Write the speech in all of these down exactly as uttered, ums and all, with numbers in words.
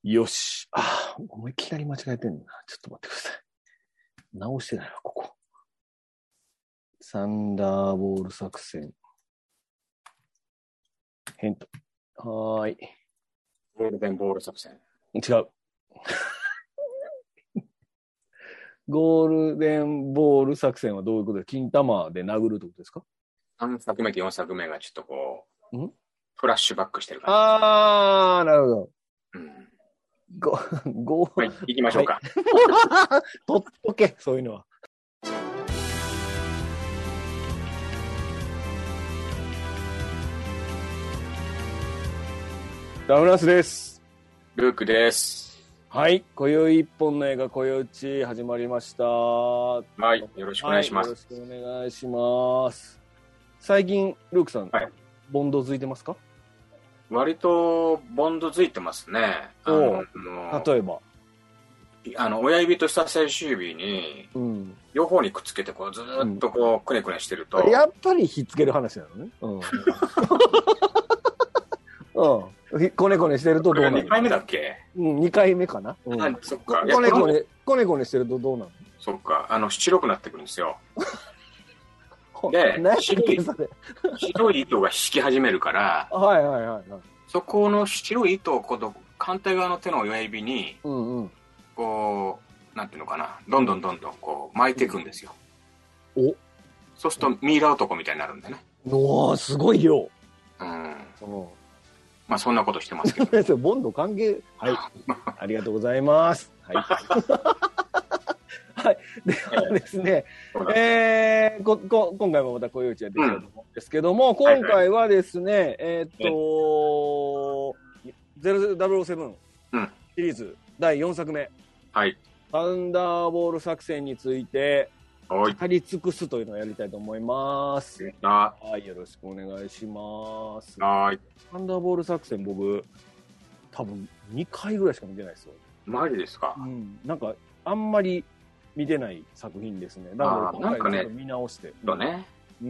よし。ああ、もういきなり間違えてんな。ちょっと待ってください。直してないわ、ここ。サンダーボール作戦。ヘント。はーい。 ゴールデンボール作戦。 違う。ゴールデンボール作戦はどういうことで金玉で殴るってことですか？ さんさくめとよんさくめがちょっとこう、 んフラッシュバックしてる感じ。 あー、なるほど。 うん、 ご、ご、 はい、行きましょうか。 はい、取っとけ、そういうのは。ダブラスです。 ルークです。 はい、今宵一本の映画、今宵うち始まりました。はい、よろしくお願いします。 はい、よろしくお願いします。最近、ルークさん、はい、ボンド付いてますか？ 割とボンド付いてますね。あの例えばあの親指と人差し指に、うん、両方にくっつけてこうずーっとこう、うん、くねくねしてると、 やっぱりひっつける話なのね。うんうん、こねこねしてるとどうなの？ にかいめだっけ？ うん、にかいめかな。うん、そっか。こねこね、こねこねしてるとどうなの？ そっか。あの、白くなってくるんですよ。で、白い、白い糸が引き始めるから、 はいはいはい、はい。 そこの白い糸をこう反対側の手の親指に、うんうん、こう、なんていうのかな、どんどんどんどんこう巻いていくんですよ。おそうするとミイラ男みたいになるんだね。 おー、すごい量。 うん。まあそんなことしてますけど。 ボンド関係、はい。ありがとうございます。はい。はい。ではですね、えー、ここ今回もまたこういううちができると思うんですけども、うん、今回はですね、はいはい、えー、っと、ゼロゼロセブンシリーズだいよんさくめ、はい。サンダーボール作戦について、語り尽くすというのをやりたいと思います。はい、よろしくお願いします。はい。サンダーボール作戦、僕、多分にかいぐらいしか見てないですよ。 マジですか？ うん。なんか、あんまり見てない作品ですね。だから今回ちょっと見直して。 そうね。うん。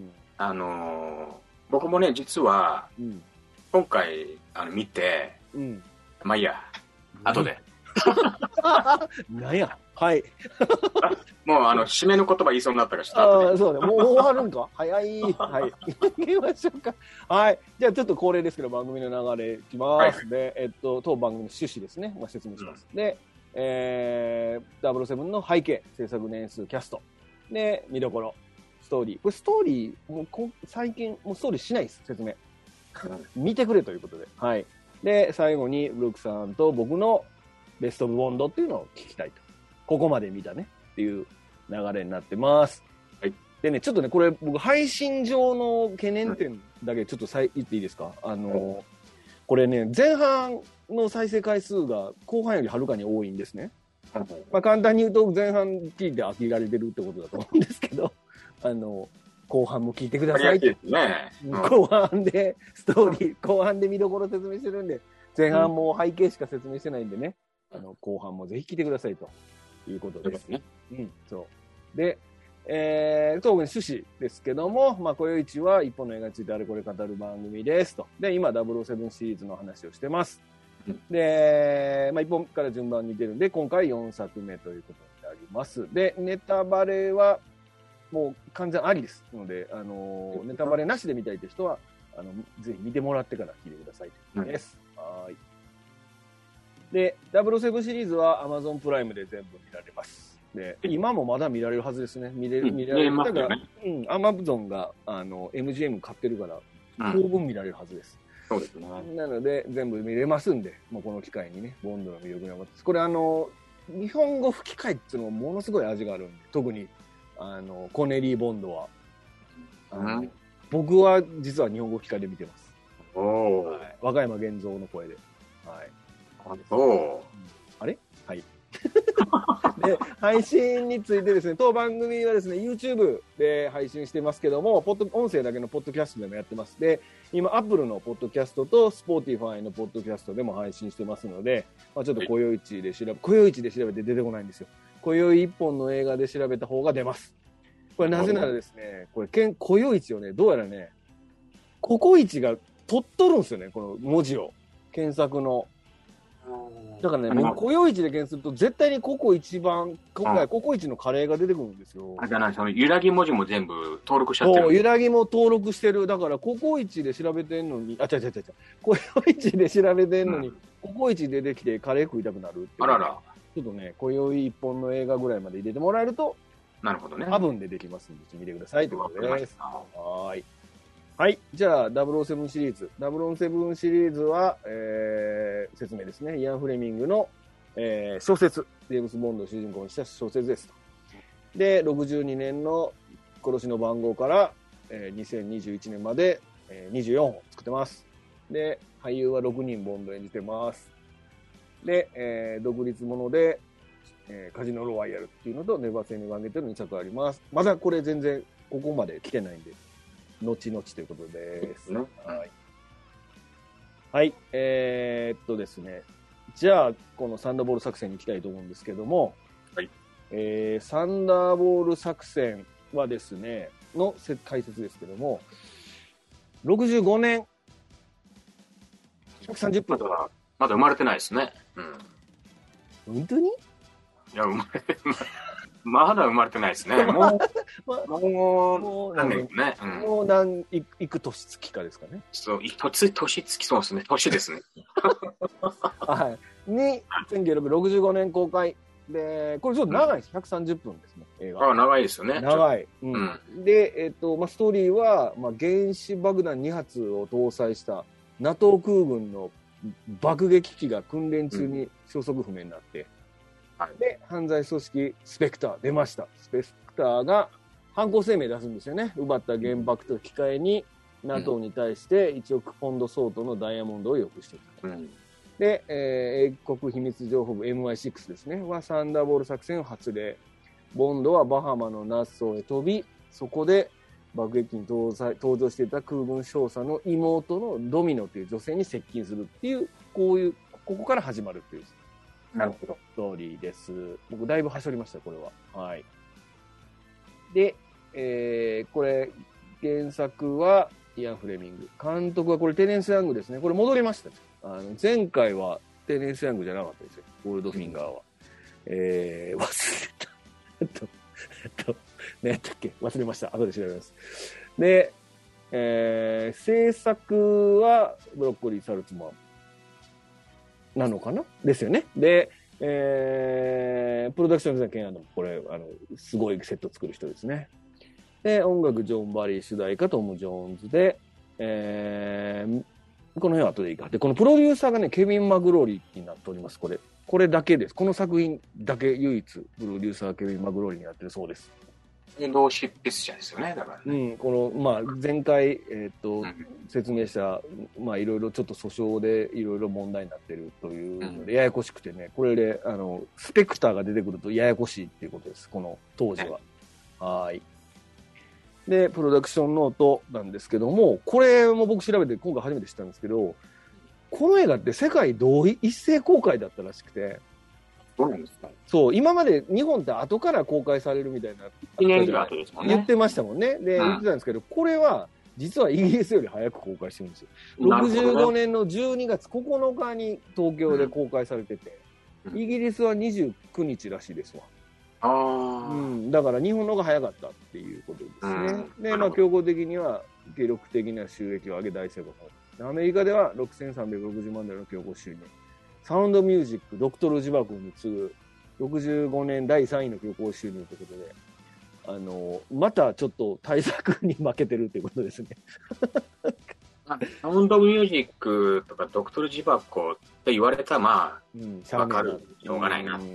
あのー、僕もね、実は、うん、今回あの見て、うん、まあいいや、後で。 なんや。はい。 もうあの締めの言葉言いそうになったからちょっと後で。 あ、そうね。もう終わるんか？早い。はい。行きましょうか。はい。じゃあちょっと恒例ですけど番組の流れいきます。はい、で、えっと当番組の趣旨ですね。まあ、説明します。うん、で、えー、ダブルセブンの背景、制作年数、キャスト、で見どころ、ストーリー。これストーリーもうこ最近もうストーリーしないです。説明。見てくれということで。はい。で最後にブルックさんと僕のベストオブボンドっていうのを聞きたいと。ここまで見たねっていう流れになってます。はい。でね、ちょっとね、これ僕配信上の懸念点だけちょっとさい言っていいですか？あの、これね、前半の再生回数が後半よりはるかに多いんですね。まあ簡単に言うと前半聞いて飽きられてるってことだと思うんですけど、あの、後半も聞いてくださいって。ね、うん、後半でストーリー、後半で見どころ説明してるんで、前半も背景しか説明してないんでね、あの後半もぜひ聞いてくださいということですね。うん、そう。で、えー、当分趣旨ですけども、まあ、今宵一は一本の映画についてあれこれ語る番組ですと。で、今、ダブルオーセブンシリーズの話をしてます。うん、で、まあ、一本から順番に出るんで、今回よんさくめということになります。で、ネタバレはもう完全ありですので、あのー、ネタバレなしで見たいという人は、あの、ぜひ見てもらってから聞いてくださいということです。うん、はい。で、ダブルオーセブンシリーズは Amazon プライムで全部見られます。で、今もまだ見られるはずですね。見れる、見られる。だから、うん、Amazon が、あの、エムジーエム 買ってるから、当分見られるはずです。うん、そうですね。なので、全部見れますんで、もうこの機会にね、ボンドの魅力に思ってます。これあの、日本語吹き替えっていうのもものすごい味があるんで、特に、あの、コネリー・ボンドは。あの、うん、僕は実は日本語吹き替えで見てます。おー。はい、和歌山源三の声で。はい。あ, うん、あれはい。で、配信についてですね、当番組はですね、YouTube で配信してますけども、ポッド音声だけのポッドキャストでもやってます。で、今、Apple のポッドキャストと Spotify のポッドキャストでも配信してますので、まあ、ちょっと今宵一で調べ、今宵一で調べて出てこないんですよ。今宵一本の映画で調べた方が出ます。これなぜならですね、これ、今宵一をね、どうやらね、ココイチが取っとるんですよね、この文字を。検索の。 だからね、もうコヨイチで検索すると、絶対にココ一番、今回ココイチのカレーが出てくるんですよ。 あ、じゃない、その揺らぎ文字も全部登録しちゃってる。 そう、揺らぎも登録してる。だからココイチで調べてんのに、あ、違う違う違う違う。コヨイチで調べてんのに、うん、ココイチ出てきてカレー食いたくなるっていう。 あらら。 ちょっとね、今宵一本の映画ぐらいまで入れてもらえると、 なるほどね。 多分でできますんで、見てくださいということです。はい。はい。じゃあ、ダブルオーセブンシリーズ。ダブルオーセブンシリーズは、えー、説明ですね。イアン・フレミングの、えー、小説。ジェームス・ボンドを主人公にした小説ですと。で、ろくじゅうにねんの殺しの番号から、えー、にせんにじゅういちねんまで、えー、にじゅうよんほん作ってます。で、俳優はろくにんボンド演じてます。で、えー、独立もので、えー、カジノロワイヤルっていうのとネバーセンに分けてのにちゃくあります。まだこれ全然ここまで来てないんで、後々ということです。ね、はい。はい、えー、っとですね。じゃあ、このサンダーボール作戦に行きたいと思うんですけども、 はい。 えー、サンダーボール作戦はですね、の解説ですけども、ろくじゅうごねん、ひゃくさんじゅっぷん。 まだ、まだ生まれてないですね。 うん。本当に？ いや、生まれてない。まだ生まれてないですね。もう、もう、もう何年ね。 うん、もう何、い, いく年月かですかね。 そう、年、年月そうですね。年ですね。 はい。に、せんきゅうひゃくろくじゅうごねん公開。で、これちょっと長いです。ひゃくさんじゅっぷんですね、映画。 ああ、長いですよね。 長い。うんうん、で、えっと、まあ、ストーリーは、まあ、原子爆弾に発を搭載した NATO 空軍の爆撃機が訓練中に消息不明になって、うん、で、犯罪組織スペクター出ました。スペクターが犯行声明出すんですよね。奪った原爆と引き換えに NATO に対していちおくポンド相当のダイヤモンドを要求していた。うんで、えー、英国秘密情報部 エムアイシックス ですね、はサンダーボール作戦を発令。ボンドはバハマのナッソーへ飛び、そこで爆撃機に登場していた空軍少佐の妹のドミノという女性に接近するっていう、こういう、ここから始まるっていう。 なるほど。 ストーリーです。僕、だいぶはしょりました、これは。はい。で、えー、これ、原作はイアン・フレミング。監督はこれ、テネンス・ヤングですね。これ戻りました。あの前回はテネンス・ヤングじゃなかったですよ。ゴールドフィンガーは。えー、忘れた。えっと、えっと、何やったっけ忘れました。後で調べます。で、えー、制作はブロッコリー・サルツマンなのかなですよね。で、えー、プロダクションデザインケンアドもこれ、あの、すごいセット作る人ですね。で、音楽ジョン・バリー、主題歌トム・ジョーンズで、えー、この辺は後でいいか。で、このプロデューサーがね、ケビン・マグローリーになっております、これ。これだけです。この作品だけ唯一、プロデューサーケビン・マグローリーになってるそうです。 同執筆者ですよね、だからね。 うん、この、まあ、前回、えっと、うん、説明した、まあ、いろいろちょっと訴訟でいろいろ問題になってるというので、ややこしくてね、これで、あの、スペクターが出てくるとややこしいっていうことです、この当時は。ね、はい。で、プロダクションノートなんですけども、これも僕調べて今回初めて知ったんですけど、この映画って世界同一斉公開だったらしくて、 そうなんですか。 そう、今まで日本って後から公開されるみたいな。 いちねん以上後ですもんね。 言ってましたもんね。で、うん、言ってたんですけど、これは実はイギリスより早く公開してるんですよ。ろくじゅうごねんのじゅうにがつここのかに東京で公開されてて、うん、イギリスはにじゅうくにちらしいですわ。 あうん、だから日本の方が早かったっていうことですね。うん、で、まあ、強行的には記録的な収益を上げ大成功された。アメリカではろくせんさんびゃくろくじゅうまんドルの強行収入。サウンドミュージック、ドクトル・ジバクに次ぐろくじゅうごねんだいさんいの強行収入ということで、あの、またちょっと対策に負けてるということですね。 サウンドミュージックとかドクトル・ジバコって言われたらまあ、うん、わかる。しょうがないな。うん。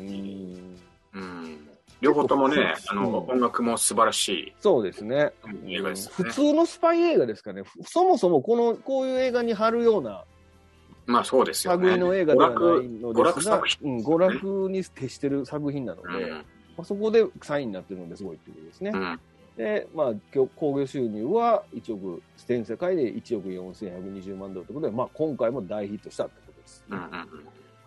うん両方ともね、あの、うん、音楽も素晴らしい。 そうですね。 映画ですね。 普通のスパイ映画ですかね。そもそもこの、こういう映画に貼るような、 まあそうですよね。 類の映画ではないのですが、うん、娯楽に徹してる作品なので、うんまあ、そこでサインになってるのですごいっていうことですね。うん、で、まあ、興行収入はいちおく、全世界でいちおくよんせんひゃくにじゅうまんドルということで、まあ今回も大ヒットしたってことです、ね。うんうんうん、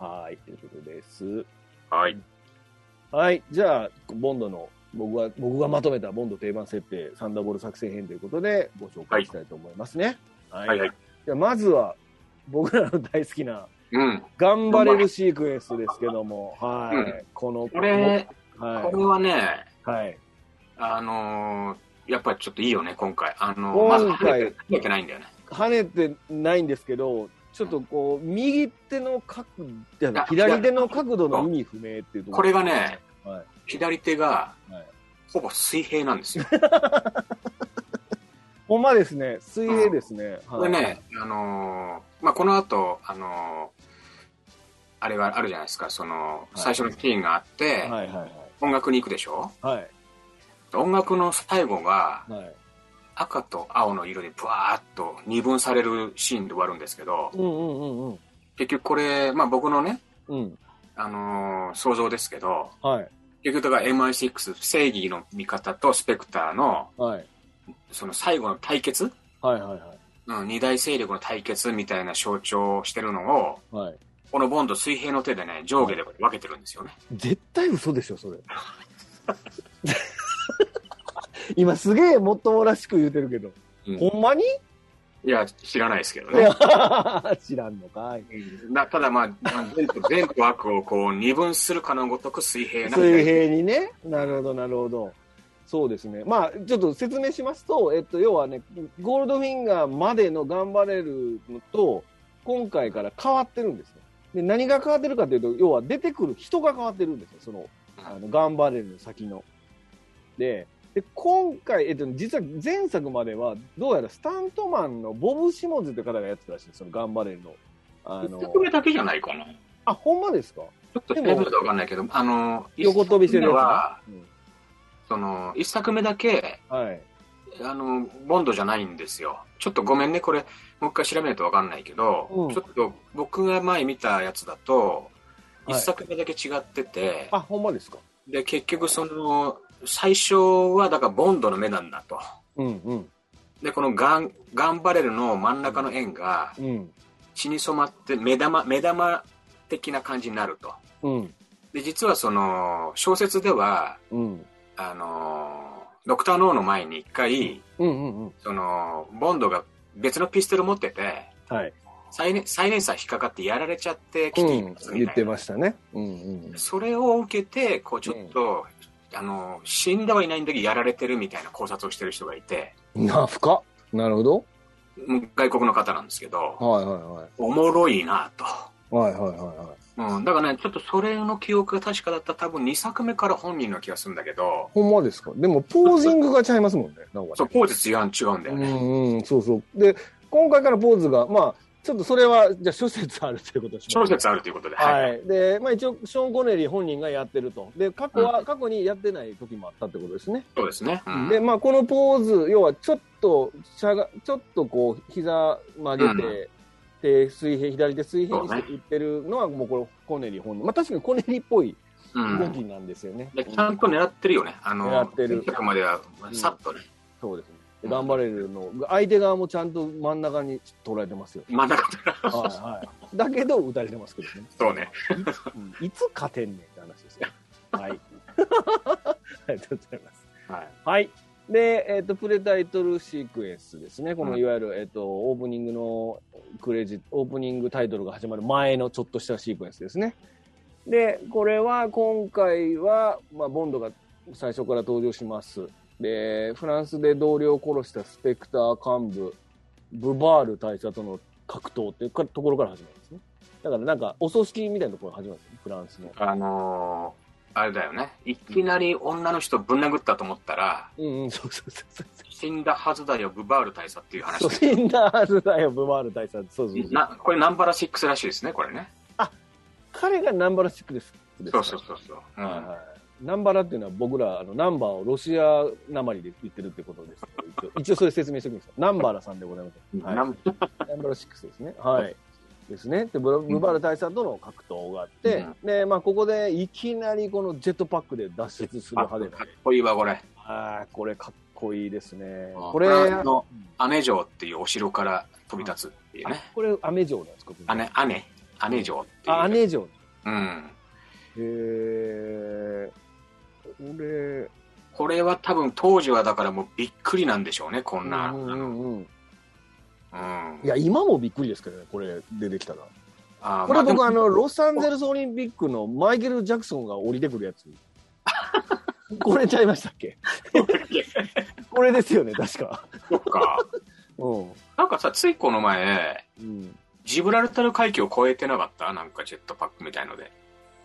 はい、ということです。 はい。 はい。じゃあ、ボンドの、僕が、僕がまとめたボンド定番設定、サンダーボール作戦編ということで、ご紹介したいと思いますね。 はい。はい、はい、 じゃあ、まずは、僕らの大好きな、 うん。 頑張れるシークエンスですけども、はい。うん、この、 これ、はい、これはね、 はい。 あのー、やっぱりちょっといいよね、今回。あのー、まず跳ねて、跳ねてないんだよね。 跳ねてないんですけど、ちょっとこう、右手の角度、左手の角度の意味不明っていうところ。これがね、はい、左手が、はい、ほぼ水平なんですよ。 ほんまですね、水平ですね。うん、 これね、あのー、まあ、この後、あのー、あれがあるじゃないですか、その、最初のシーンがあって、はいはいはい、音楽に行くでしょ。はい。音楽の最後が、はい、赤と青の色でブワーッと二分されるシーンで終わるんですけど、うんうんうんうん、結局これ、まあ僕のね、うん、あのー、想像ですけど、はい、結局だから エムアイシックス 正義の味方とスペクターの、はい、その最後の対決、はいはいはい、うん、二大勢力の対決みたいな象徴してるのを、はい、このボンド水平の手でね、上下で分けてるんですよね。 絶対嘘でしょ、それ。今すげえもっともらしく言うてるけど、うん、ほんまに？ いや、知らないですけどね。 知らんのかい。 なただまあ、善と善と悪をこう二分するかのごとく水平な。 水平にね。なるほど、なるほど。そうですね。まあ、ちょっと説明しますと、えっと、要はね、ゴールドフィンガーまでの頑張れるのと、今回から変わってるんですね。で、何が変わってるかというと、要は出てくる人が変わってるんですよ。その、あの頑張れる先の。で、で今回、えっと、実は前作までは、どうやらスタントマンのボブ・シモンズという方がやってたらしいです。その頑張れるの。 あの、一作目だけじゃないかな。 あ、ほんまですか？ ちょっと調べるとわかんないけど、あの、 横飛びしてるやつは、 うん、その、一作目だけ、はい。あの、ボンドじゃないんですよ。ちょっとごめんね、これ、もう一回調べないとわかんないけど、うん、ちょっと僕が前見たやつだと、一、はい、作目だけ違ってて、 あ、ほんまですか？ で、結局その、最初はだからボンドの目なんだと。うんうん、で、このガン、ガンバレルの真ん中の円が、血に染まって目玉、目玉的な感じになると。うん、で、実はその、小説では、うん、あの、ドクター・ノーの前に一回、うんうんうん、その、ボンドが別のピストル持ってて、はい、サイレン、サイレンサー引っかかってやられちゃって危機一髪みたいな、 うん、言ってましたね。うんうん、それを受けて、こうちょっと、うん、あの、死んではいないんだけどやられてるみたいな考察をしてる人がいて。 な、深っ。なるほど。 外国の方なんですけど、はいはいはい。おもろいなと。 はいはいはいはい。 うん、だからね、ちょっとそれの記憶が確かだったら多分にさくめから本人の気がするんだけど。 ほんまですか？でもポージングがちゃいますもんね。なんかね、 そう、ポーズ違う、違うんだよね。 うんうん、そうそう。で、今回からポーズが、まあ、ちょっとそれは、じゃあ諸説あるということでしょう。諸説あるということで。 はい。はい、で、まあ一応、ショーン・コネリー本人がやってると。で、過去は、うん、過去にやってない時もあったってことですね。 そうですね。 うん、で、まあこのポーズ、要はちょっと、しゃが、ちょっとこう、膝曲げて、うんで水平、左手水平にしていってるのは、もうこれ、コネリー本人。まあ確かにコネリーっぽい動きなんですよね。 うん、ちゃんと狙ってるよね。あの、 狙ってる。 までは、さっとね、 うん。そうですね。頑張れるの、相手側もちゃんと真ん中に捉えてますよ。 真ん中はいはい。だけど、打たれてますけどね。 そうね。 いつ勝てんねんって話ですよ。はい。ありがとうございます。はい。はいで、えっ、ー、と、プレタイトルシークエンスですね。このいわゆる、うん、えっ、ー、と、オープニングのクレジット、オープニングタイトルが始まる前のちょっとしたシークエンスですね。で、これは今回は、まあ、ボンドが最初から登場します。で、フランスで同僚を殺したスペクター幹部、ブバール大佐との格闘っていうところから始まるんですね。だからなんか、お葬式みたいなところが始まるんですね、フランスの。 あのーあれだよね。いきなり女の人ぶん殴ったと思ったら、 うんうん、そうそうそうそう。 死んだはずだよ、ブバール大佐っていう話。 そう、死んだはずだよ、ブバール大佐。そうそうそう。 な、これナンバラシックスらしいですね、これね。 あ、彼がナンバラシックスです。 そうそうそうそう。 うん、はいはい。ナンバラっていうのは僕ら、あの、ナンバーをロシアなまりで言ってるってことです。一応、一応それ説明しておきます。ナンバラさんでございます。はい、ナンバラシックスですね。はい。ですね。で、ブバール大佐との格闘があって、うん、で、まあ、ここでいきなりこのジェットパックで脱出する派手な。 かっこいいわ、これ。 ああ、これかっこいいですね。 これ、フランスのアネ城っていうお城から飛び立つっていうね。 これ、アメ城なんですか？ アネ、アネ、アネ城っていう。 あ、アネ城。 うん。 へえ。これ、 これは多分当時はだからもうびっくりなんでしょうね、こんな。うんうんうん。 うん、いや、今もびっくりですけどね、これ出てきたら。 これ僕、あの、ロサンゼルスオリンピックのマイケル・ジャクソンが降りてくるやつ。これちゃいましたっけ？これですよね、確か。 そっか。うん。なんかさ、ついこの前、うん、ジブラルタル海峡を越えてなかった？なんかジェットパックみたいので。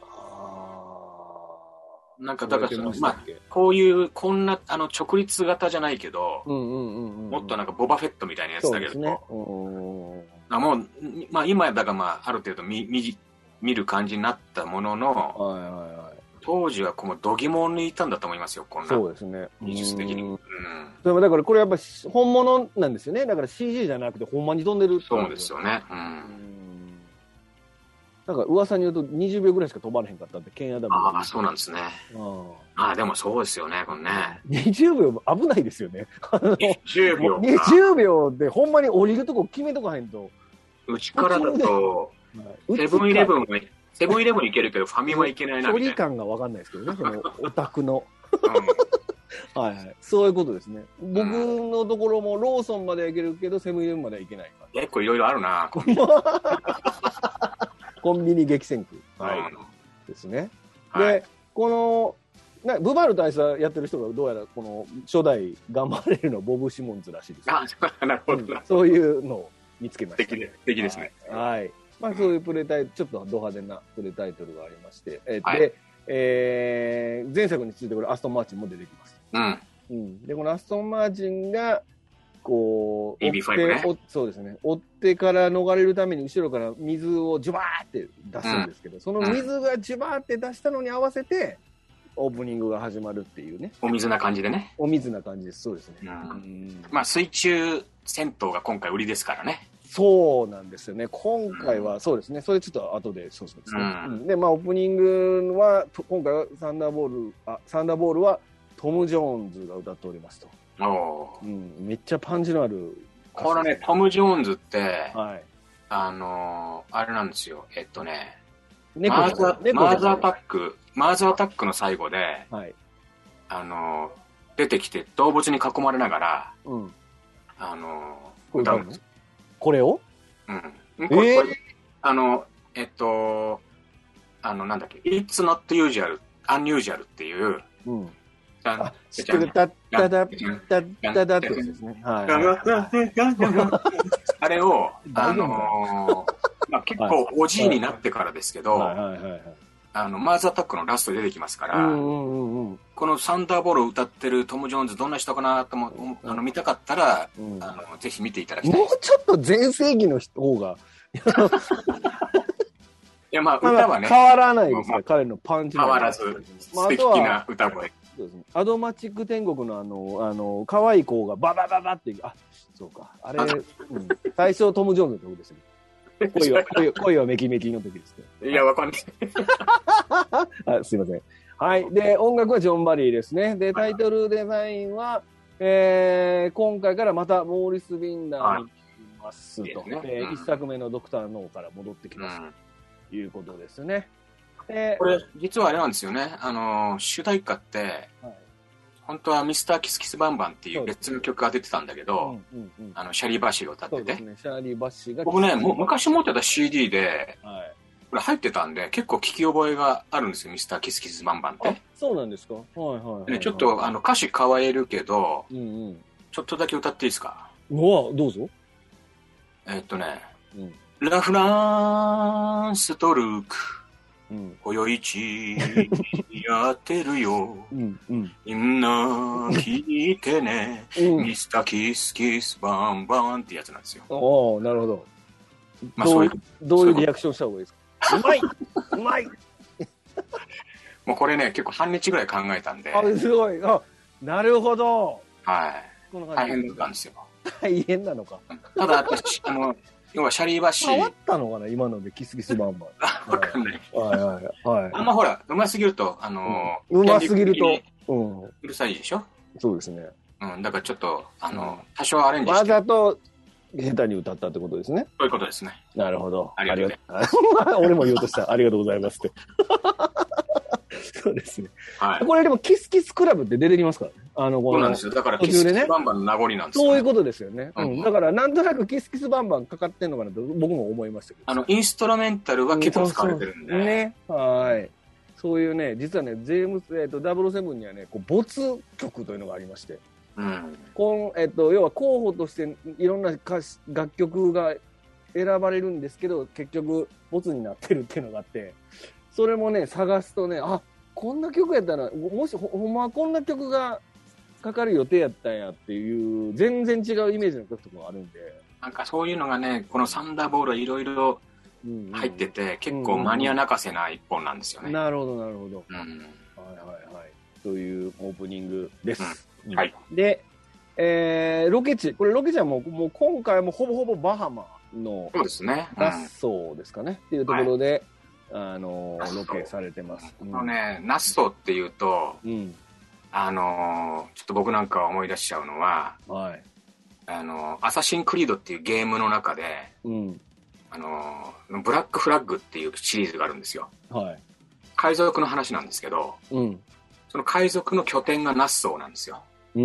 なんかだからその、まあ、こういう、こんな、あの、直立型じゃないけど、もっとなんかボバフェットみたいなやつだけど、ね、あもう、まあ今だからまあ、ある程度見、見、見る感じになったものの、はいはいはい、当時はこう、度肝を抜いたんだと思いますよ、こんな。 そうですね。 技術的に。うん。 でもだからこれやっぱ本物なんですよね。だから シージー じゃなくてほんまに飛んでる。 そうですよね。うん。 なんか噂に言うとにじゅうびょうぐらいしか飛ばれへんかったって、ケンアダム。 ああ、そうなんですね。ああ、でもそうですよね、これね。 にじゅうびょう危ないですよね。 にじゅうびょう。 にじゅうびょうでほんまに降りるとこ決めとかへんと。 うちからだと、セブンイレブンは、セブンイレブン行けるけど、ファミマ行けないなみたいな。 距離感がわかんないですけどね、そのオタクの。はいはい。そういうことですね。僕のところもローソンまでは行けるけど、セブンイレブンまでは行けないから。 結構いろいろあるな。 コンビニ激戦区。はい。ですね。で、この、なブバール大佐やってる人がどうやらこの初代頑張れるのボブ・シモンズらしいです。 あ、なるほど、うん。 そういうのを見つけました、 ね。素敵ですね。 はい。はい、まあそういうプレタイちょっとド派手なプレタイトルがありまして、えーはい、で、えー、前作についてこれアストン・マーチンも出てきます。うん。うん、で、このアストン・マーチンが、こう、追って、ね、そうですね。追ってから逃れるために後ろから水をジュバーって出すんですけど、うん、その水がジュバーって出したのに合わせて、オープニングが始まるっていうね。 お水な感じでね。 お水な感じです。そうですね。うんうん、まあ、水中戦闘が今回売りですからね。 そうなんですよね。今回は、そうですね。それちょっと後で、そうですね。うん、で、まあ、オープニングは、今回はサンダーボール、あ、サンダーボールはトム・ジョーンズが歌っておりますと。おうん、めっちゃパンチのある。 このね、トム・ジョーンズって、はい、あのー、あれなんですよ。えっとね、マーズアタック、マーズアタックの最後で、はい、あのー、出てきて動物に囲まれながら、うん、あのー、歌うんです。 これをうん。これ、えー、あの、えっと、あの、なんだっけ、It's not usual, unusual っていう、うん、 あ、知ってる、たっただ、たっただってやつですね。はい。 あれを、あのー、まあ、結構おじいになってからですけど、あの、マーズアタックのラストで出てきますから、このサンダーボールを歌ってるトム・ジョーンズどんな人かなとも、あの、見たかったら、うん、あの、ぜひ見ていただきたい。 もうちょっと全盛期の方が。 いや、まあ、歌はね。 変わらないですね、まあ、彼のパンチ。 変わらず、素敵な歌声。 そうですね。アドマチック天国のあの、あの、可愛い子がババババって、あ、そうか。あれ、うん、最初トム・ジョーンズってことですね。恋は、恋は、恋はメキメキの時ですね。いや、わかんない。 あ、すいません。はい。で、音楽はジョン・バリーですね。で、タイトルデザインは、えー、今回からまたモーリス・ビンダーに行きますと。ねえーうん、一作目のドクター・ノーから戻ってきます、うん、ということですね。 これ、実はあれなんですよね。あの、主題歌って、はい、本当はミスターキスキスバンバンっていう別の曲が出てたんだけど、うんうんうん、あの、シャリーバッシーが歌ってて。そうですね、 シャリーバッシーが。 僕ね、も昔持ってた シーディー で、はい、これ入ってたんで、結構聞き覚えがあるんですよ、ミスターキスキスバンバンって。 そうなんですか。はいはいはい、はい、 ね。ちょっと、あの、歌詞変えるけど、うんうん、ちょっとだけ歌っていいですか。 うわ、どうぞ。 えー、っとね、うん、ラフランストルーク。うん、今宵一やってるよ、うんうん、みんな聞いてね、うん、ミスターキスキスバンバンってやつなんですよ。 おお、なるほど。 まあそういう、 どういうリアクションした方がいいですか。うまいうまいもうこれね、結構半日ぐらい考えたんで。 あ、すごい。あ、なるほど。 はい。大変だったんですよ。 大変なのか。 ただ、私、あの、要はシャリーバッシー。 変わったのかな今のでキスキスバンバン。わかんない。 はいはいはい。 あんまほら、うますぎると、あのー、うますぎると、 うん。うるさいでしょ。 そうですね。 うん、だからちょっと、あの、多少アレンジして。 わざと、下手に歌ったってことですね。 そういうことですね。 なるほど。 ありがとうございます。俺も言おうとした。ありがとうございますって。そうですね。はい。これでも、キスキスクラブって出てきますからね。 あの、 このそうなんですよ。だから、キスキスバンバンの名残なんですよ、 ね。そういうことですよね。うん。だから、なんとなくキスキスバンバンかかってんのかなと僕も思いましたけど。 あの、インストラメンタルは結構使われてるんで。 そうそうね。はい。そういうね、実はね、ジェームス、えっ、ー、と、ダブルセブンにはね、こう、没曲というのがありまして。うん。この、えっ、ー、と、要は候補としていろんな歌詞楽曲が選ばれるんですけど、結局、没になってるっていうのがあって、それもね、探すとね、あ、こんな曲やったら、もしほ、ほんまはこんな曲がかかる予定やったんやっていう、全然違うイメージの曲とかあるんで。 なんかそういうのがね、このサンダーボールはいろいろ入ってて、うんうん、結構マニア泣かせな一本なんですよね。うんうん、 なるほど、なるほど。うん、はいはいはい。というオープニングです。 うん、はい。 で、えー、ロケ地。これロケ地はもう、もう今回もほぼほぼバハマのそうですね。 ラッソーですかね。っていうところで、はい、あのー、ロケされてます。 このね、ナッソーっていうと、うん、あのー、ちょっと僕なんか思い出しちゃうのは、はい、あのー、アサシンクリードっていうゲームの中で、うん、あのー、ブラックフラッグっていうシリーズがあるんですよ。はい、海賊の話なんですけど、うん、その海賊の拠点がナッソーなんですよ。うん、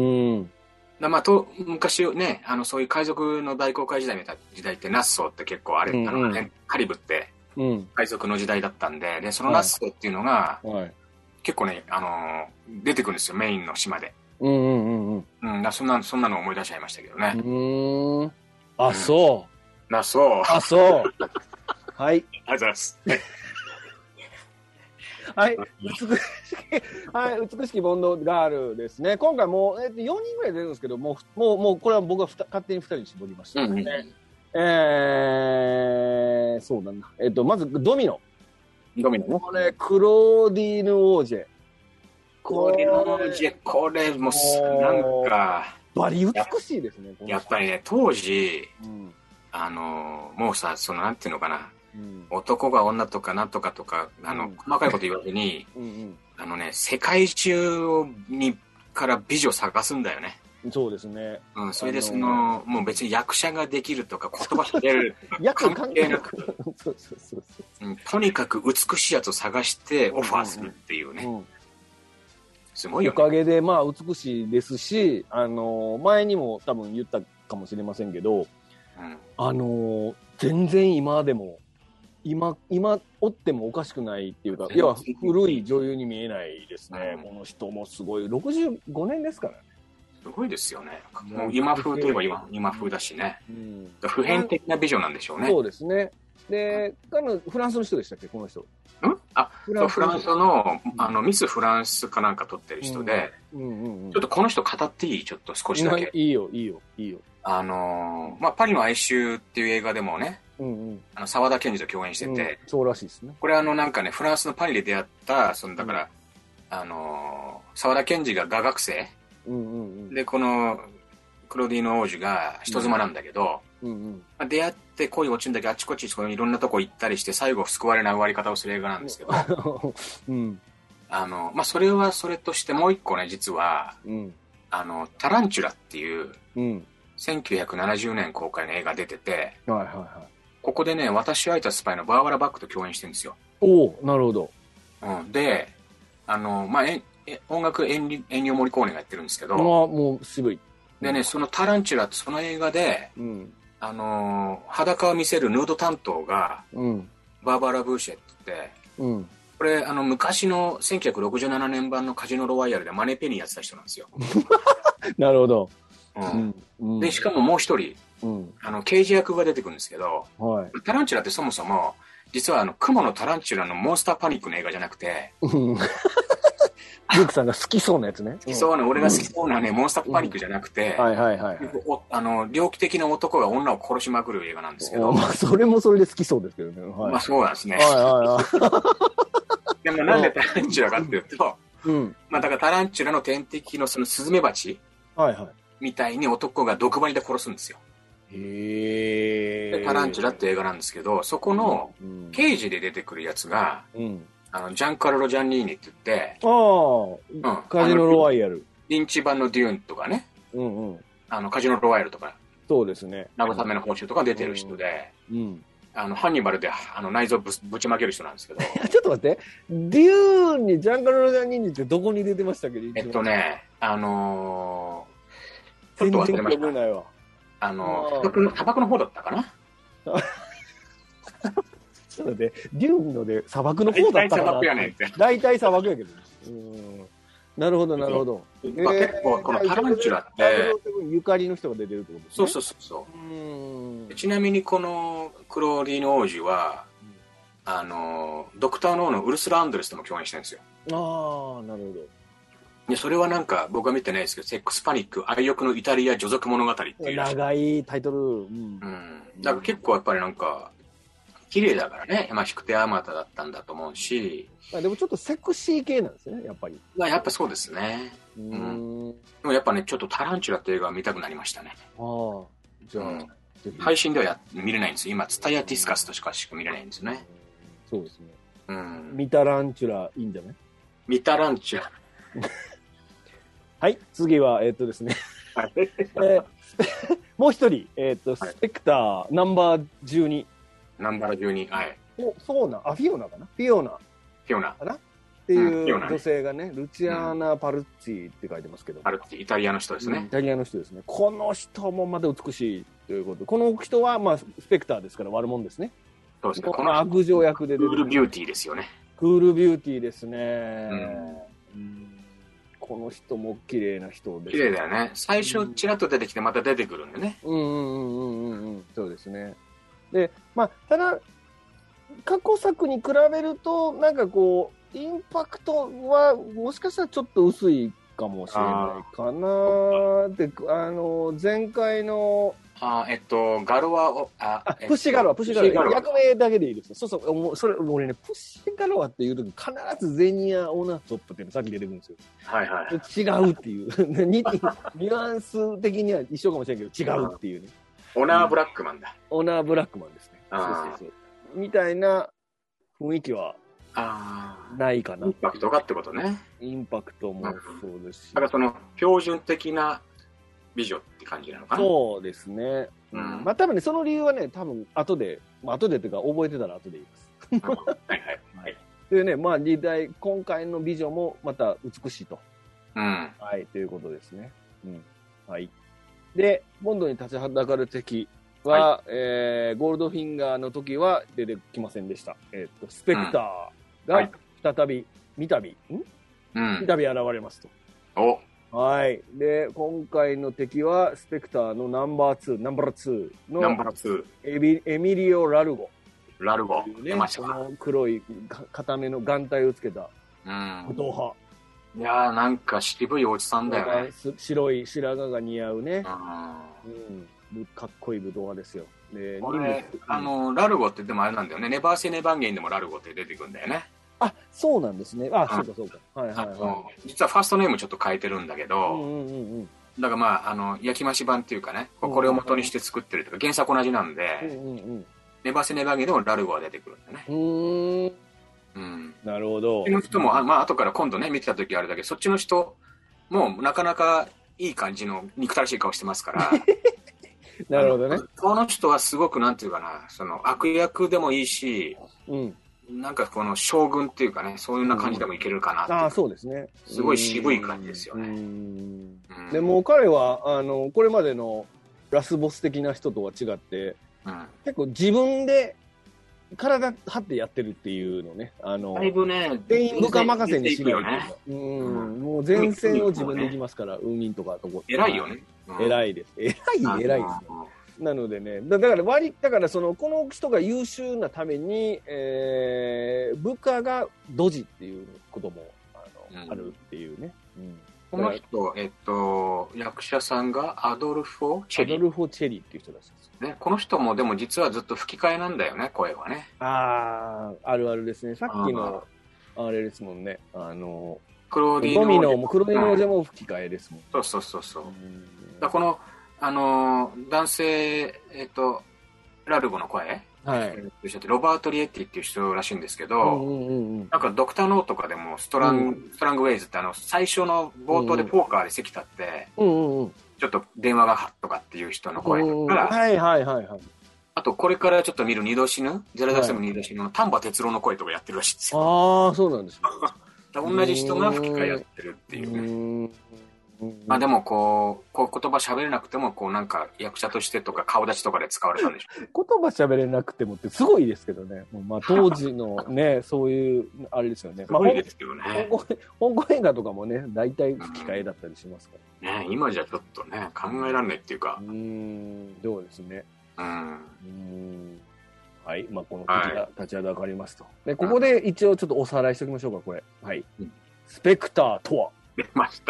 だまあ、と昔ね、あのそういう海賊の大航海時代みたいな時代ってナッソーって結構あれ、うんうん、あのね、カリブって海賊の時代だったんで、でそのナッソーっていうのが、はいはい、結構ね、あのー、出てくるんですよ、メインの島で。うんうんうんうん。うん、だそんな、そんなの思い出しちゃいましたけどね。うーん。あ、うん、そう。 な、そう。 あ、そう。はい。 ありがとうございます。 はい。美しき、はい。美しきボンドガールですね。今回もう、えっと、よにんぐらい出るんですけど、もう、もう、もう、これは僕が勝手にふたりに絞りましたね。うんうん、えー、そうなんだ。えっと、まず、ドミノ。 ドミノね。 これ、クローディーヌ・オージェ。 クローディーヌ・オージェ、これもう、なんか。 バリ美しいですね。 やっぱりね、当時、うん、あの、もうさ、その、なんていうのかな。うん、男が女とかなんとかとか、あの、うん、細かいこと言わずに、うんうん、あのね、世界中にから美女探すんだよね。 そうですね。 うん、それでその、もう別に役者ができるとか言葉喋れるとか関係なく、そうそうそうそう、うん、とにかく美しいやつを探してオファーするっていうね。うんうん、すごいよね。 おかげでまあ美しいですし、あの、前にも多分言ったかもしれませんけど、うん、あの、全然今でも、今、今、おってもおかしくないっていうか、いや、古い女優に見えないですね。うん、この人もすごい。ろくじゅうごねんですからね。 すごいですよね。もう今風といえば 今, 今風だしね。うん、普遍的な美女なんでしょうね。 そうですね。で、彼女、フランスの人でしたっけ、この人。んあ、フランスの、フランスの、あの、ミスフランスかなんか撮ってる人で、うんうんうん、ちょっとこの人語っていい？ちょっと少しだけ。 いいよ、いいよ、いいよ。 あのー、まあ、パリの哀愁っていう映画でもね、うんうん、あの沢田研二と共演してて、うん、 そうらしいですね。 これあのなんかね、フランスのパリで出会った、そのだから、うん、あのー、沢田研二が画学生、うんうんうん、で、この、クローディーヌ王子が人妻なんだけど、うんうんうんまあ、出会って恋落ちるんだけど、あちこちそういういろんなとこ行ったりして、最後救われない終わり方をする映画なんですけど、うん、あの、まあ、それはそれとしてもう一個ね、実は、うん、あの、タランチュラっていう、うん、せんきゅうひゃくななじゅうねん公開の映画出てて、はいはいはい、ここでね、私を愛したスパイのバーバラ・バックと共演してるんですよ。 おお、なるほど。 うん、で、あの、まあ、え音楽エンリ、エンニオ・モリコーネがやってるんですけど、 あもう渋い。 でね、そのタランチュラってその映画で、うん、あのー、裸を見せるヌード担当が、うん、バーバラ・ブーシェって言って、うん、これ、あの、昔のせんきゅうひゃくろくじゅうななねん版のカジノ・ロワイヤルでマネーペニーやってた人なんですよ。 なるほど。 うんうん、で、しかももう一人、うん、あの、刑事役が出てくるんですけど、はい、タランチュラってそもそも、実はあの、雲のタランチュラのモンスターパニックの映画じゃなくて、 ルークさんが好きそうなやつね。 好きそうな、うん、俺が好きそうなね、モンスターパニックじゃなくて、はいはいはい。あの、猟奇的な男が女を殺しまくる映画なんですけど。 まあ、それもそれで好きそうですけどね。 はい、まあ、そうなんですね。はいはいはい。でもなんでタランチュラかっていうと、うん、まあ、だからタランチュラの天敵のそのスズメバチ、はいはい。みたいに男が毒針で殺すんですよ。へー。で、タランチュラって映画なんですけど、そこの刑事で出てくるやつが、うん、あのジャンカルロ・ジャンニーニって言って、ああ、うん、カジノ・ロワイヤル。 リンチ版のデューンとかね、うんうん、あのカジノ・ロワイヤルとか、 そうですね。 慰めの報酬とか出てる人で、うんうん、あのハンニバルであの内臓ぶぶちまける人なんですけど。 ちょっと待って、デューンにジャンカルロ・ジャンニーニってどこに出てましたっけ？ えっとね、 あのー、ちょっと忘れました。あのー、砂漠の、砂漠の方だったかななので、デューンので砂漠の方だったかな。大体砂漠やねんって。大体砂漠やけどね。うん。なるほど、なるほど。 まあ、結構、このタランチュラって、 ゆかりの人が出てるってことですね。 そうそうそう。うん、ちなみに、このクローリーの王子は、うん、あの、ドクター・ノーのウルスラ・アンドレスとも共演してるんですよ。 ああ、なるほど。 で、それはなんか、僕は見てないですけど、セックスパニック、愛欲のイタリア女賊物語っていう。 長いタイトル。うん。うん。だから結構やっぱりなんか、綺麗だからね、まあ、引く手あまただったんだと思うし。 あ、でもちょっとセクシー系なんですね、やっぱり。 まあ、やっぱそうですね。うん。うん、でもやっぱね、ちょっとタランチュラって映画を見たくなりましたね。 ああ。じゃあ、うん、 配信ではや見れないんですよ。今、ツタヤディスカスとしかしか見れないんですよね。 そうですね。うん。ミタランチュラいいんじゃないミタランチュラ。 はい、次は、えー、っとですね。はい。えー、もう一人、えー、っと、スペクター、ナンバーじゅうに。 ナンバーじゅうに、はい。 お、そうな、あ、フィオナかなフィオナ。フィオナ。 かなっていう女性がね、ルチアーナ・パルッツィって書いてますけど。 パルッツィ、イタリアの人ですね。 イタリアの人ですね。この人もまた美しいということで、この人は、まあ、スペクターですから悪者ですね。 そうですね。 この悪女役で出てる。 クールビューティーですよね。 クールビューティーですね。うん、この人も綺麗な人です、 ね。綺麗だよね。最初、ちらっと出てきて、また出てくるんでね。 うんうんうんうんうん。そうですね。で、まあ、ただ、過去作に比べると、なんかこう、インパクトは、もしかしたらちょっと薄いかもしれないかなって、あの、前回の、 あえっと、ガロアを、 あ、あプッシュガロア、プッシュガロア。役名だけでいいです。そうそう、それ、俺ね、プッシュガロアっていうとき、必ずゼニア・オナトップっていうのさっき出てくるんですよ。 はいはい。 違うっていう。ニュアンス的には一緒かもしれないけど、違うっていうね。 オナー・ブラックマンだ。 オナー・ブラックマンですね。そうそうそう。みたいな雰囲気はないかな。 インパクトがってことね。 インパクトもそうですし。 だからその標準的な美女って感じなのかな。 そうですね。うん、まあ多分ね、その理由はね、多分後で、まあ後でというか覚えてたら後で言います。はいはいはい。でね、まあ時代、今回の美女もまた美しいと。 うん。 はい、ということですね。うん。はい。で、ボンドに立ちはだかる敵は、はい、えー、ゴールドフィンガーの時は出てきませんでした。えっ、ー、と、スペクターが再び、三度、ん、うん、三度現れますと。 おはい。で、今回の敵は、スペクターのナンバーツー、ナンバーツーの、 ナンバーツー。 エビ、エミリオ・ラルゴ。 ラルゴ。 ね、この黒い、固めの眼帯をつけた、武闘派。 いやー、なんか渋いおじさんだよね。 白い白髪が似合うね。うん。かっこいい武闘派ですよ。で、 これ、あの、ラルゴってでもあれなんだよね。ネバーセネバンゲンでもラルゴって出てくるんだよね。 あ、そうなんですね。あ、そうかそうか。はいはいはい。実はファーストネームちょっと変えてるんだけど、うんうんうん、だからまあ、あの、焼き増し版っていうかね、これを元にして作ってるとか、原作同じなんで、うんうんうん、ネバーセネバンゲンでもラルゴが出てくるんだね。 うんうん、なるほど。 そっちの人も、あ、まあ後から今度ね、見てた時あれだけど、そっちの人もなかなかいい感じの憎たらしい顔してますから。 なるほどね。 この人はすごくなんていうかな、その悪役でもいいし、うん、なんかこの将軍っていうかね、そういうような感じでもいけるかなって、うん、 ああ、そうですね。 すごい渋い感じですよね。うんうん、でも彼は、あの、これまでのラスボス的な人とは違って、うん、結構自分で体張ってやってるっていうのね。あの、 だいぶね、 全員部下任せにしないというか、うん、もう前線を自分で行きますから、運任とかとこ。 偉いよね。 偉いです。偉い、偉いです。なのでね、だから割、だからその、この人が優秀なために、えー、部下がドジっていうことも、あの、うん、あるっていうね。うん、 この人、えっと、役者さんがアドルフォ・チェリー。 アドルフォ・チェリーっていう人らしいです。 ね、この人もでも実はずっと吹き替えなんだよね、声はね。 ああ、あるあるですね。さっきの、あれですもんね。あの、 クローディードミノも、クローディーの王者も吹き替えですもん。 そうそうそうそう。だこの、あの、男性、えっと、ラルゴの声、はい、ロバート・リエッティっていう人らしいんですけど、うんうんうん、なんかドクター・ノーとかでもストラン、うん、ストラング・ウェイズってあの最初の冒頭でポーカーで席立って、うんうんうん、ちょっと電話がはっとかっていう人の声から、 はいはいはいはい。 あとこれからちょっと見る二度死ぬ、ゼロダスム二度死ぬの丹波哲郎の声とかやってるらしいですよ。 ああ、そうなんですね。 同じ人が吹き替えやってるっていうね。 うん、まあでもこう、こう言葉喋れなくても、こうなんか役者としてとか顔出しとかで使われたんでしょう。 言葉喋れなくてもってすごいですけどね。まあ当時のね、そういう、あれですよね。 すごいですけどね。 まあ、香港映画とかもね、大体吹き替えだったりしますから。うん、ね、今じゃちょっとね、考えられないっていうか。 うん、そうですね。 うん。 うんはい。まあこの立ち,、はい、立ち上がりますと。で、ここで一応ちょっとおさらいしておきましょうか、これ。はい。うん、スペクターとは出ました。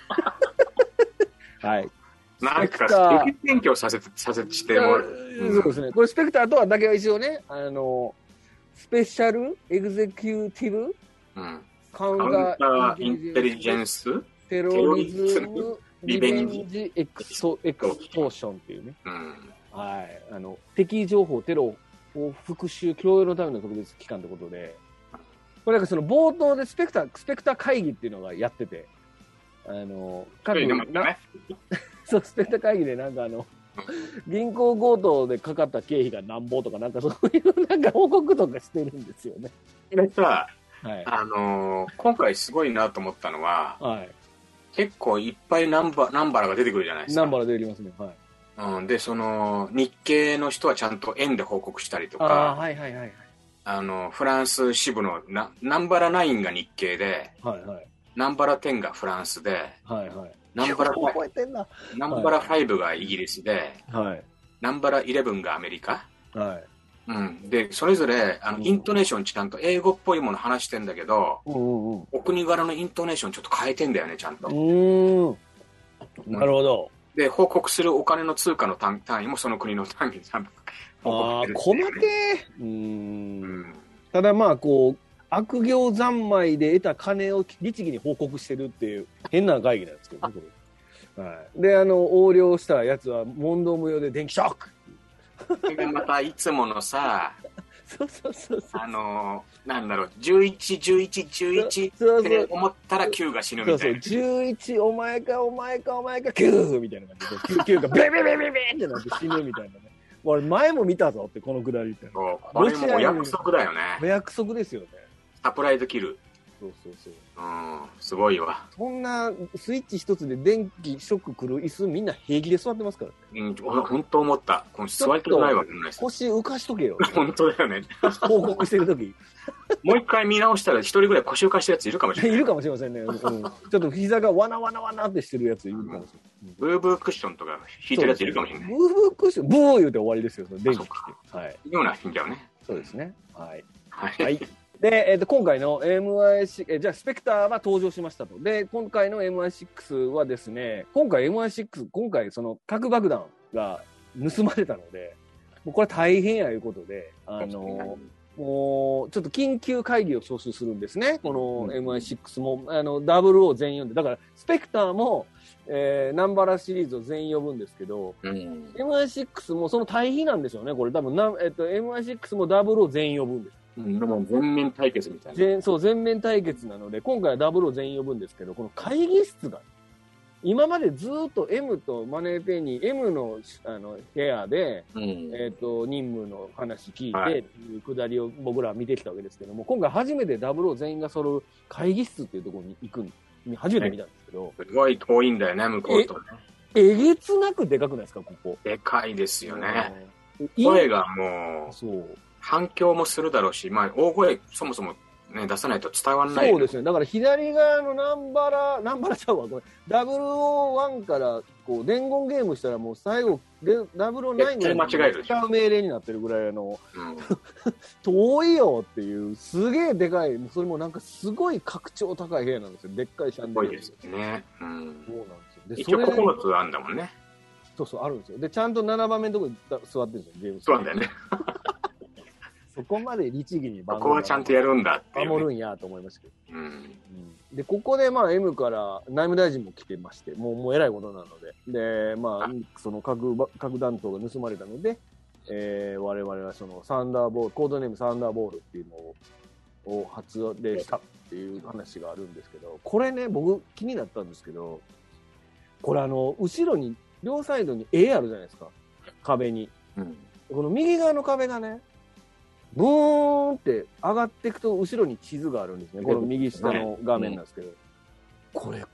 はい。 なんか、勉強させて、させてしても、 うん、そうですね。これ、スペクターとはだけは一応ね、あの、スペシャル、エグゼキューティブ、 うん、 カウンターインテリジェンス、 テロリズム、リベンジ、エクソ、エクストーションっていうね。 うん、 はい。あの、敵情報、テロを復讐、共有のための特別機関ってことで、これなんかその冒頭でスペクター、スペクター会議っていうのがやってて、あの、各、ね、そう、スペクター会議でなんかあの、銀行強盗でかかった経費がなんぼとか、なんかそういうなんか報告とかしてるんですよね。 でさ、はい、あのー、今回すごいなと思ったのは、はい、結構いっぱいナンバ、ナンバラが出てくるじゃないですか。 ナンバラ出てきますね。はい。 うん、で、その、日系の人はちゃんと円で報告したりとか、 あ、はいはいはいはい。 あの、フランス支部のなナンバラナインが日系で、 はいはい。 ナンバラテンがフランスで、 はいはい。 ナンバラフ覚えてんな。 ナンバラファイブがイギリスで、 はい。 ナンバライレブンがアメリカ。 はい。 うん。で、それぞれ、あの、イントネーションちゃんと英語っぽいもの話してんだけど、 うんうんうん、 お国柄のイントネーションちょっと変えてんだよね、ちゃんと。 うーん。なるほど。 で、報告するお金の通貨の単位もその国の単位にちゃんと報告してる、ね。ああ、細けー。うーん。うん、ただまあ、こう、悪行三昧で得た金を律儀に報告してるっていう変な会議なんですけどね、これ。はい。で、あの、横領したやつは問答無用で電気ショック。 で、またいつものさ、 そうそうそうそう。 あのー、なんだろう、じゅういち、じゅういち、じゅういちって思ったらきゅうが死ぬみたいな。そうそう、 じゅういち、お前か、お前か、お前か、きゅうみたいな感じで、きゅうがビビビビビビってなって死ぬみたいなね。俺、前も見たぞって、このくだりって。 そう、これもお約束だよね。 お約束ですよね。 サプライズキル。 そうそうそう。 うん、すごいわ。 そんなスイッチ一つで電気ショック来る椅子みんな平気で座ってますから、 ね。うん、本当思った。この座りたくないわけないです。 腰浮かしとけよ。 本当だよね。 報告してるとき。 もう一回見直したら一人ぐらい腰浮かしたやついるかもしれない。 いるかもしれませんね。うん、ちょっと膝がわなわなわなってしてるやついるかもしれない。うん、 ブーブークッションとか引いてるやついるかもしれない。 ブーブークッション、ブー言うて終わりですよ。その電気来て。はい。 ような死んじゃうね。 そうですね。はい。 はい。 はいで、えー、と今回の エムアイシックス、えー、じゃあスペクターは登場しましたと。で、今回の エムアイシックス はですね、今回 エムアイシックス、今回その核爆弾が盗まれたので、もうこれ大変やいうことで、あのー、もうちょっと緊急会議を招集するんですね。この エムアイシックス も、あの、ダブルオー 全員呼んで、だからスペクターも、えー、ナンバラシリーズを全員呼ぶんですけど、うん、エムアイシックス もその対比なんでしょうね。これ多分な、えっと、エムアイシックス もダブルオー 全員呼ぶんです。 うん、でも全面対決みたいな。 全そう、全面対決なので、今回はダブルを全員呼ぶんですけど、この会議室が、今までずっと M とマネーペニー、M のあの部屋で、うん、えっ、ー、と、任務の話聞いて、はい、いうくだりを僕らは見てきたわけですけども、今回初めてダブルを全員が揃う会議室っていうところに行くん初めて見たんですけど。 すごい遠いんだよね、向こうとね。 え、えげつなくでかくないですか、ここ。 でかいですよね。声がもう、そう。反響もするだろうし、まあ、大声そもそも、ね、出さないと伝わらない。 そうですね。だから左側のナンバラ、ナンバラちゃうわ、これ。ダブルオーワン からこう伝言ゲームしたらもう最後、ダブルオーナインが使う命令になってるぐらいの、うん、遠いよっていう、すげえでかい、それもなんかすごい格調高い部屋なんですよ。でっかいシャンデリア。 すごいですよね。うん。そうなんですよ。 で、一応ここのつあるんだもんね。 そうそう、あるんですよ。で、ちゃんとななばんめのとこに座ってるんですよ、ゲーム。 そうなんだよね。 そこまで律儀に番組ここはちゃんとやるんだっていう、 ね、守るんやと思いましたけど、 うんうん、 でここでまあ M から内務大臣も来てまして、もうもうえらいことなので、でまあその核核弾頭が盗まれたので、えー、我々はそのサンダーボール、コードネームサンダーボールっていうのを発令したっていう話があるんですけど、これね僕気になったんですけど、これあの後ろに両サイドに絵あるじゃないですか、壁に、うん、この右側の壁がねブーンって上がっていくと後ろに地図があるんですね。この右下の画面なんですけど。これ、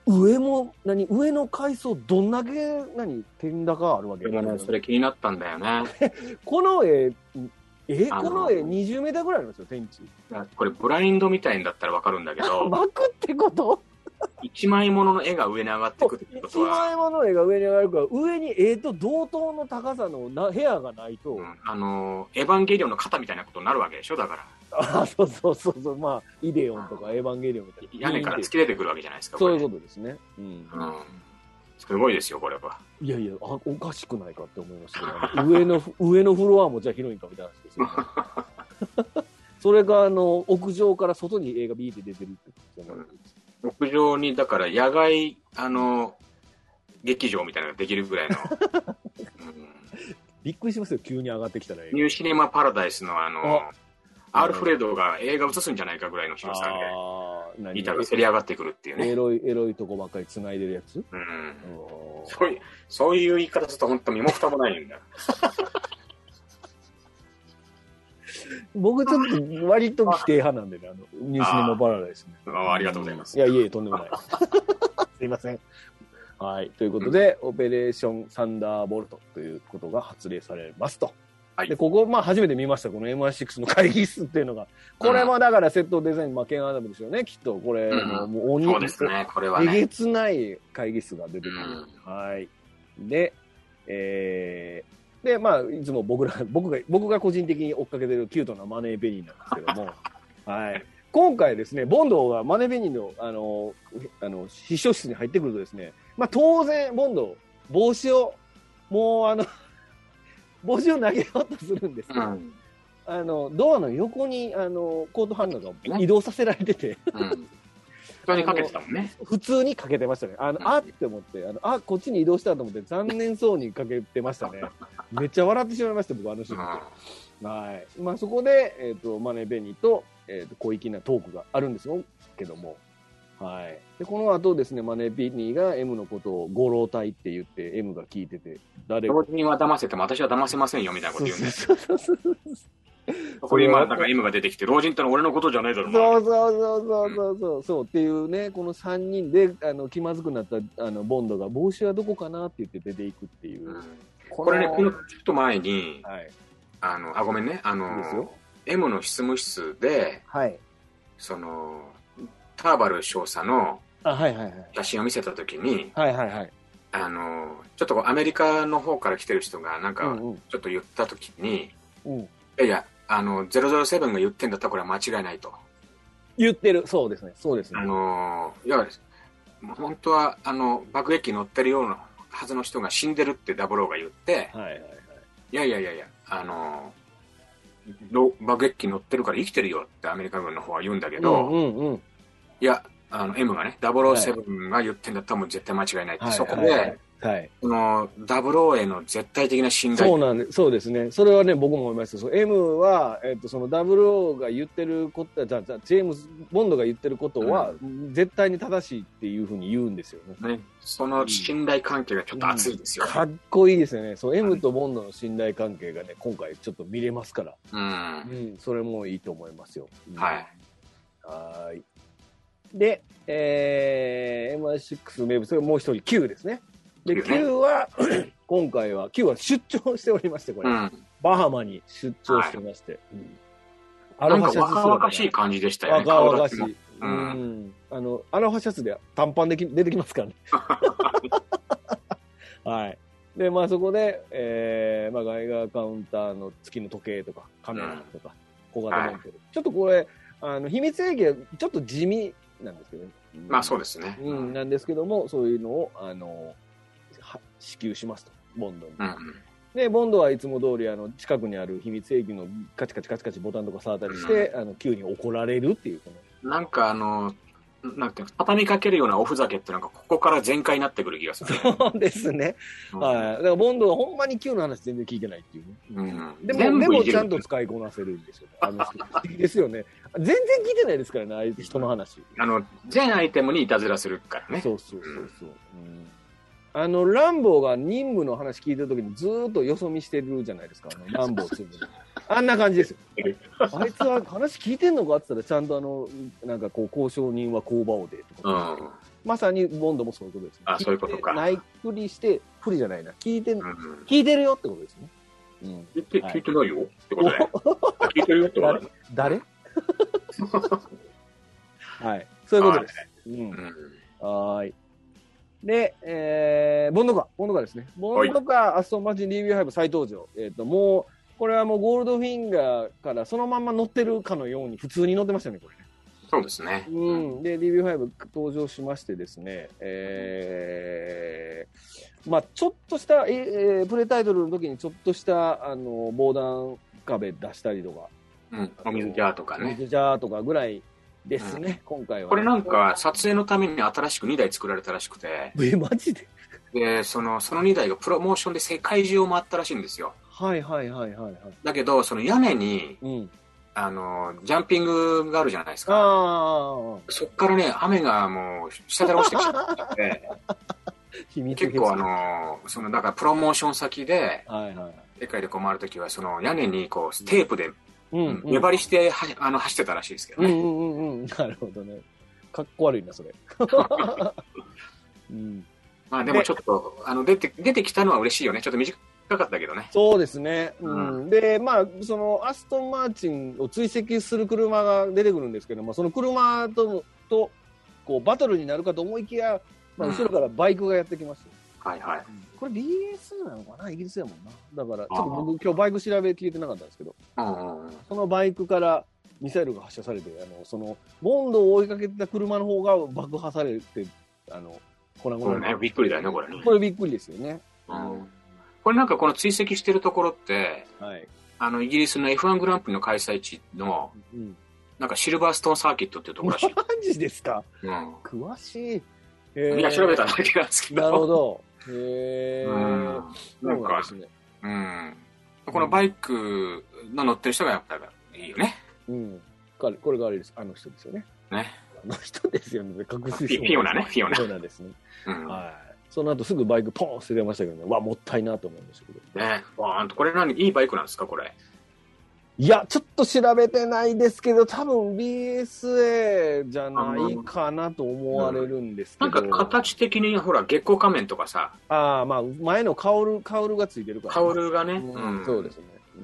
上も、何、上の階層、どんだけ、何、点高あるわけだね。それ気になったんだよね。 この絵、え、この絵にじゅうメーターぐらいあるんですよ、天地。 これ、ブラインドみたいんだったらわかるんだけど。 幕ってこと一枚ものの絵が上に上がってくるってことは。 一枚ものの絵が上に上がるから、上に絵と同等の高さのな部屋がないと、うん。 あの、エヴァンゲリオンの肩みたいなことになるわけでしょ、だから。 あ、そうそうそうそう、まあ、イデオンとかエヴァンゲリオンみたいな。屋根から突き出てくるわけじゃないですか、 そういうことですね。うん。うん、 すごいですよ、これは。 いやいや、あ、おかしくないかって思いましたけど、上の、上のフロアもじゃあ広いんかみたいな話ですよ、ね。それが、あの、屋上から外に映画ビーって出てるってことですよね。 うん、屋上に、だから野外、あの、劇場みたいなのができるぐらいの。うん、 びっくりしますよ、急に上がってきたら。 ニューシネマパラダイスのあの、アルフレッドが映画映すんじゃないかぐらいの広さで、板がせり上がってくるっていうね。 エロい、エロいとこばっかり繋いでるやつ。うん。 そういう、そういう言い方すると本当身も蓋もないんだ。 僕ちょっと割と否定派なんでね、あの、ニューシネマパラダイスね。 ああ、ありがとうございます。 いや、いえいえ、とんでもない。すいません。はい。ということで、うん、オペレーションサンダーボルトということが発令されますと。はい、で、ここ、まあ、初めて見ました、この エムアイシックス の会議室っていうのが。これもだからセットデザイン、まあ、ケンアダムでしょうね、きっと。これ、うん、もう鬼、 そうですね、これはね。 えげつない会議室が出てくる。うん、はい。で、えー、で、まあ、いつも僕ら、僕が、僕が個人的に追っかけてるキュートなマネーペニーなんですけども、はい。今回ですね、ボンドがマネーペニーの、あの、あの、秘書室に入ってくるとですね、まあ、当然、ボンド、帽子を、もう、あの、帽子を投げようとするんですけど、うん、あの、ドアの横に、あの、コートハンガーが移動させられてて、うん、 普通にかけてたもんね。 普通にかけてましたね。あの、うん、あって思って、あの、あ、こっちに移動したと思って残念そうにかけてましたね。めっちゃ笑ってしまいました、僕、あのシーン見て。うん、はい。まあ、そこで、えっ、ー、と、マネーベニーと、えっ、ー、と、小粋なトークがあるんですよ、けども。はい。で、この後ですね、マネーベニーが M のことをご老体って言って、M が聞いてて、 誰か。老人は騙せても私は騙せませんよ、みたいなこと言うんで。そうそうそうそう。ここに今、なんか M が出てきて、老人ってのは俺のことじゃないだろうな。 そうそうそうそうそうそう、うん、そうっていうね、このさんにんで、あの、気まずくなった、あの、ボンドが、帽子はどこかなって言って出ていくっていう。うん、 こ, これね、このちょっと前に、はい、あの、あ、ごめんね、あの、M の執務室で、はい、その、ターバル少佐の写真を見せたときに、はいはいはい、あの、ちょっとアメリカの方から来てる人が、なんか、ちょっと言ったときに、うんうん、いやいや、あの、ゼロゼロセブンが言ってんだったらこれは間違いないと。 言ってる。そうですね。そうですね。 あの、いや、本当は、あの、爆撃機乗ってるようなはずの人が死んでるってダブローが言って、はいはいはい。いやいやいやいや、あの、爆撃機乗ってるから生きてるよってアメリカ軍の方は言うんだけど、うんうんうん、いや、あの、M がね、ゼロゼロセブンが言ってんだったらもう絶対間違いないって、はい、そこで、はいはいはい、このダブローへの絶対的な信頼。 そうなんで、そうですね。それはね、僕も思いました。その M は、えっと、そのダブローが言ってること、じゃあ、ジェームズ・ボンドが言ってることは、うん、絶対に正しいっていうふうに言うんですよね。 ね、その信頼関係がちょっと熱いですよ、ねうん、かっこいいですよね。そう、M とボンドの信頼関係がね、今回ちょっと見れますから。うん。うん、それもいいと思いますよ。うん、はい。はい。で、えー、エムアイシックス 名物がもう一人、Q ですね。で、Q は、今回は、Q は出張しておりまして、これ。うん、バハマに出張してまして。はい、うん、 アロハシャツ若々しい感じでしたよね。 若々しい。うん。うん、あの、アロハシャツで短パンでき出てきますからね。はい。で、まあそこで、えー、まあガイガーカウンターの月の時計とか、カメラとか、小型モンテル。ちょっとこれ、あの、秘密兵器はちょっと地味なんですけどね。 まあそうですね。 うん、なんですけども、そういうのを、あの、支給しますと、ボンドに。うん、で、ボンドはいつも通り、あの、近くにある秘密兵器のカチカチカチカチボタンとか触ったりして、うん、あの、Q に怒られるっていう。 なんかあの、なんていうか、畳みかけるようなおふざけってなんか、ここから全開になってくる気がする。 そうですね。うん、はい。だから、ボンドはほんまに Q の話全然聞いてないっていうね。うん。でも、でもちゃんと使いこなせるんですよ、ね。あの人。素敵ですよね。全然聞いてないですからね、ああいう人の話。 あの、全アイテムにいたずらするからね。 そうそうそうそう。うん、あの、ランボーが任務の話聞いてるときにずーっとよそ見してるじゃないですか。あのランボーするの。あんな感じですよ。あいつは話聞いてんのかって言ったら、ちゃんとあの、なんかこう、交渉人は工場をでとか、 まさにボンドもそういうことですね。 あ、そういうことか。 ないふりして、ふりじゃないな。聞いて、うんうん、聞いてるよってことですね。 うん、聞いて、聞いてないよってことね。聞いてるよってことね。 誰はい。そういうことです。うん。はい。で、えー、ボンドカー、ボンドカーですね。ボンドカー、アストンマーチン ディービーファイブ 再登場。えっ、ー、と、もう、これはもうゴールドフィンガーからそのまんま乗ってるかのように普通に乗ってましたね、これね。 そうですね。 うん。で、ディービーファイブ 登場しましてですね、えー、まあちょっとした、えー、プレタイトルの時にちょっとした、あの、防弾壁出したりとか。 うん。お水ジャーとかね。 お水ジャーとかぐらいですね、うん、今回は。 これなんか、撮影のために新しくにだい作られたらしくて。 え、マジで？ で、その、そのにだいがプロモーションで世界中を回ったらしいんですよ。 はいはいはいはい、はい。だけど、その屋根に、うん、あの、ジャンピングがあるじゃないですか。あそっからね、雨がもう下から落ちてきちゃって、結構あの、その、だからプロモーション先で、はいはい、世界でこう回るときは、その屋根にこう、テープで、うんうん、目張りしてはあの走ってたらしいですけどね。うんうんうん、 なるほどね。かっこ悪いな、それ。 うん、まあでもちょっと、あの、出て、出てきたのは嬉しいよね。ちょっと短かったけどね。 そうですね。うん。うん、で、まあ、その、アストンマーチンを追跡する車が出てくるんですけども、その車と、と、こう、バトルになるかと思いきや、まあ、後ろからバイクがやってきます。 うん、はいはい。 これ ビーエス なのかな、イギリスやもんな。だから、ちょっと僕今日バイク調べきれてなかったんですけど、そのバイクからミサイルが発射されて、あの、その、ボンドを追いかけてた車の方が爆破されて、あの、 これね、びっくりだよね、これね。 これびっくりですよね。 うん。これなんかこの追跡してるところって、はい、あの、イギリスの エフワン グランプリの開催地の、うん、なんかシルバーストーンサーキットっていうところらしい。 マジですか？うん。詳しい。 いや、調べただけなんですけど。 なるほど。へー。うん。 なんか、うん。このバイクの乗ってる人がやっぱりいいよね。 うん。これがあれです。あの人ですよね。 ね。 あの人ですよね。確実に。フィオナね、フィオナ。 フィオナですね。うん。はい。その後すぐバイクポーン捨ててましたけどね。わ、もったいなと思いましたけど。 ね。わーんと、これ何、いいバイクなんですか、これ。 いや、ちょっと調べてないですけど、多分 ビーエスエー じゃないかなと思われるんですけど。 うん、なんか形的に、ほら、月光仮面とかさ。 ああ、まあ、前のカウル、カウルがついてるから、 ね。カウルがね。 うん。そうですね。うん。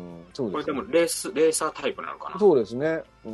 そうですね。 これでもレース、レーサータイプなのかな。 そうですね。うん。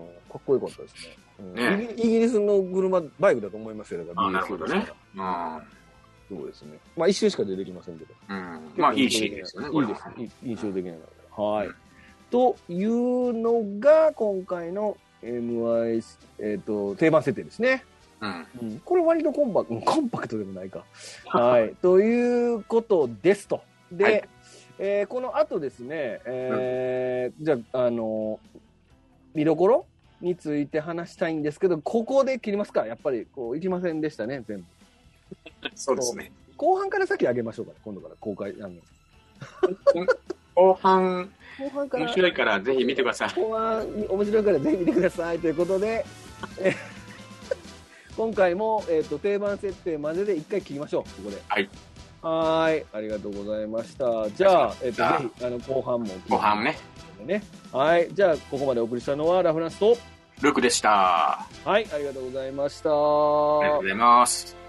かっこよかったですね。うん、ね、イギリスの車、バイクだと思いますよ。 ああ、なるほどね。うん。 そうですね。まあ一周しか出てきませんけど。 うん。まあいいシーンですよね。 いいですね。印象的なので。はい。うん、というのが今回の エムアイ、えっと、定番設定ですね。うん。うん、これ割とコンパクト、コンパクトでもないか。はい。ということですと。で、はい、えー、この後ですね、えーうん、じゃあ、あの、見どころについて話したいんですけど、ここで切りますか？やっぱり、こう、いきませんでしたね、全部。 そうですね。 後半から先上げましょうか、ね、今度から公開。あの後半、後半から面白いからぜひ見てください。 後半面白いからぜひ見てくださいということで、え今回も、えーと、定番設定までで一回切りましょう、ここで。 はい。 はい、ありがとうございました。じゃあ、えーと、ぜひ、あの、後半も。 後半ね。 ね。はい、じゃあ、ここまでお送りしたのはラフランスと、 ルークでした。 はい、ありがとうございました。 ありがとうございます。